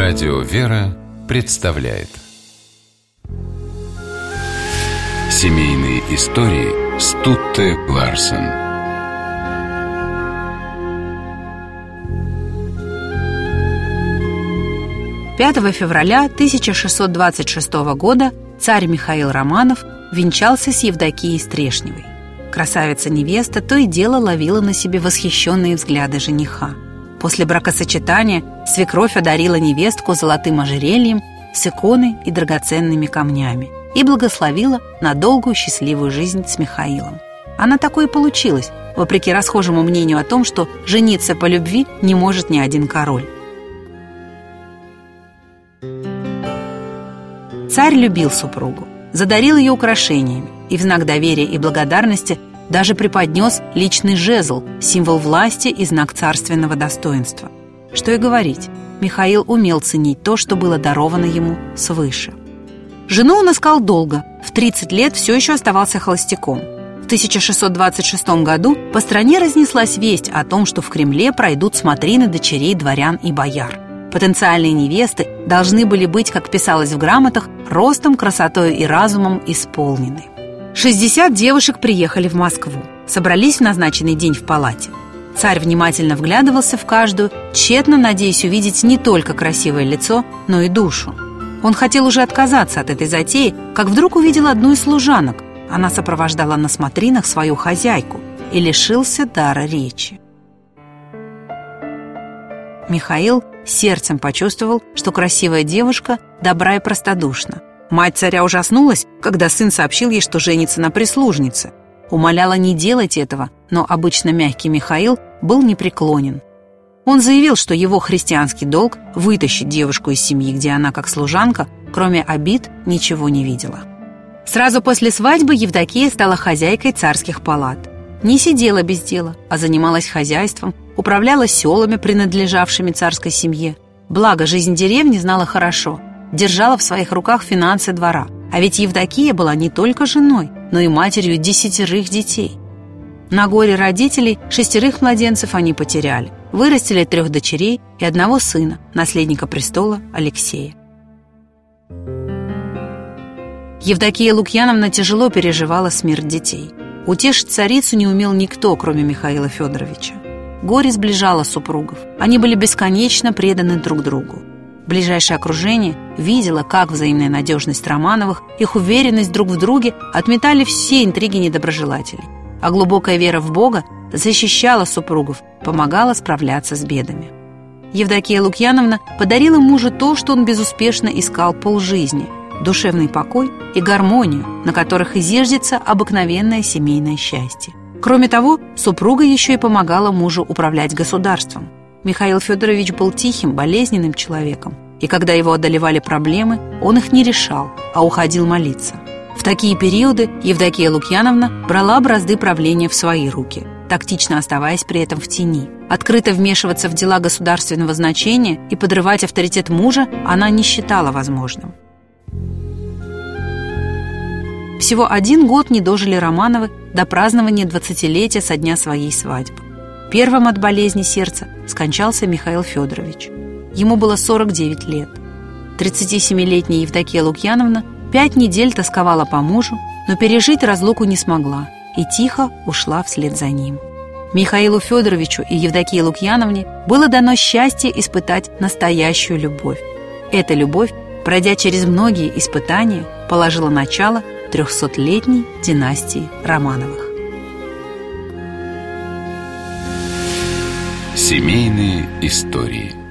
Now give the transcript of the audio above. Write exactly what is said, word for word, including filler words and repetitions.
Радио «Вера» представляет семейные истории Стутте Ларсен. пятого февраля тысяча шестьсот двадцать шестого года царь Михаил Романов венчался с Евдокией Стрешневой. Красавица-невеста то и дело ловила на себе восхищенные взгляды жениха. После бракосочетания свекровь одарила невестку золотым ожерельем с иконой и драгоценными камнями и благословила на долгую счастливую жизнь с Михаилом. Она такой и получилась, вопреки расхожему мнению о том, что жениться по любви не может ни один король. Царь любил супругу, задарил ее украшениями и в знак доверия и благодарности даже преподнес личный жезл, символ власти и знак царственного достоинства. Что и говорить, Михаил умел ценить то, что было даровано ему свыше. Жену он искал долго, в тридцать лет все еще оставался холостяком. В тысяча шестьсот двадцать шестом году по стране разнеслась весть о том, что в Кремле пройдут смотрины дочерей дворян и бояр. Потенциальные невесты должны были быть, как писалось в грамотах, ростом, красотой и разумом исполнены. шестьдесят девушек приехали в Москву, собрались в назначенный день в палате. Царь внимательно вглядывался в каждую, тщетно надеясь увидеть не только красивое лицо, но и душу. Он хотел уже отказаться от этой затеи, как вдруг увидел одну из служанок. Она сопровождала на смотринах свою хозяйку и лишился дара речи. Михаил сердцем почувствовал, что красивая девушка добра и простодушна. Мать царя ужаснулась, когда сын сообщил ей, что женится на прислужнице. Умоляла не делать этого, но обычно мягкий Михаил был непреклонен. Он заявил, что его христианский долг – вытащить девушку из семьи, где она, как служанка, кроме обид, ничего не видела. Сразу после свадьбы Евдокия стала хозяйкой царских палат. Не сидела без дела, а занималась хозяйством, управляла селами, принадлежавшими царской семье. Благо, жизнь деревни знала хорошо, держала в своих руках финансы двора. А ведь Евдокия была не только женой, но и матерью десятерых детей. На горе родителей шестерых младенцев они потеряли, вырастили трех дочерей и одного сына, наследника престола Алексея. Евдокия Лукьяновна тяжело переживала смерть детей. Утешить царицу не умел никто, кроме Михаила Федоровича. Горе сближало супругов. Они были бесконечно преданы друг другу. Ближайшее окружение видело, как взаимная надежность Романовых, их уверенность друг в друге отметали все интриги недоброжелателей. А глубокая вера в Бога защищала супругов, помогала справляться с бедами. Евдокия Лукьяновна подарила мужу то, что он безуспешно искал полжизни – душевный покой и гармонию, на которых и зиждется обыкновенное семейное счастье. Кроме того, супруга еще и помогала мужу управлять государством. Михаил Федорович был тихим, болезненным человеком, и когда его одолевали проблемы, он их не решал, а уходил молиться. В такие периоды Евдокия Лукьяновна брала бразды правления в свои руки, тактично оставаясь при этом в тени. Открыто вмешиваться в дела государственного значения и подрывать авторитет мужа она не считала возможным. Всего один год не дожили Романовы до празднования двадцатилетия со дня своей свадьбы. Первым от болезни сердца скончался Михаил Федорович. Ему было сорок девять лет. тридцатисемилетняя Евдокия Лукьяновна пять недель тосковала по мужу, но пережить разлуку не смогла и тихо ушла вслед за ним. Михаилу Федоровичу и Евдокии Лукьяновне было дано счастье испытать настоящую любовь. Эта любовь, пройдя через многие испытания, положила начало трехсотлетней династии Романовых. Семейные истории.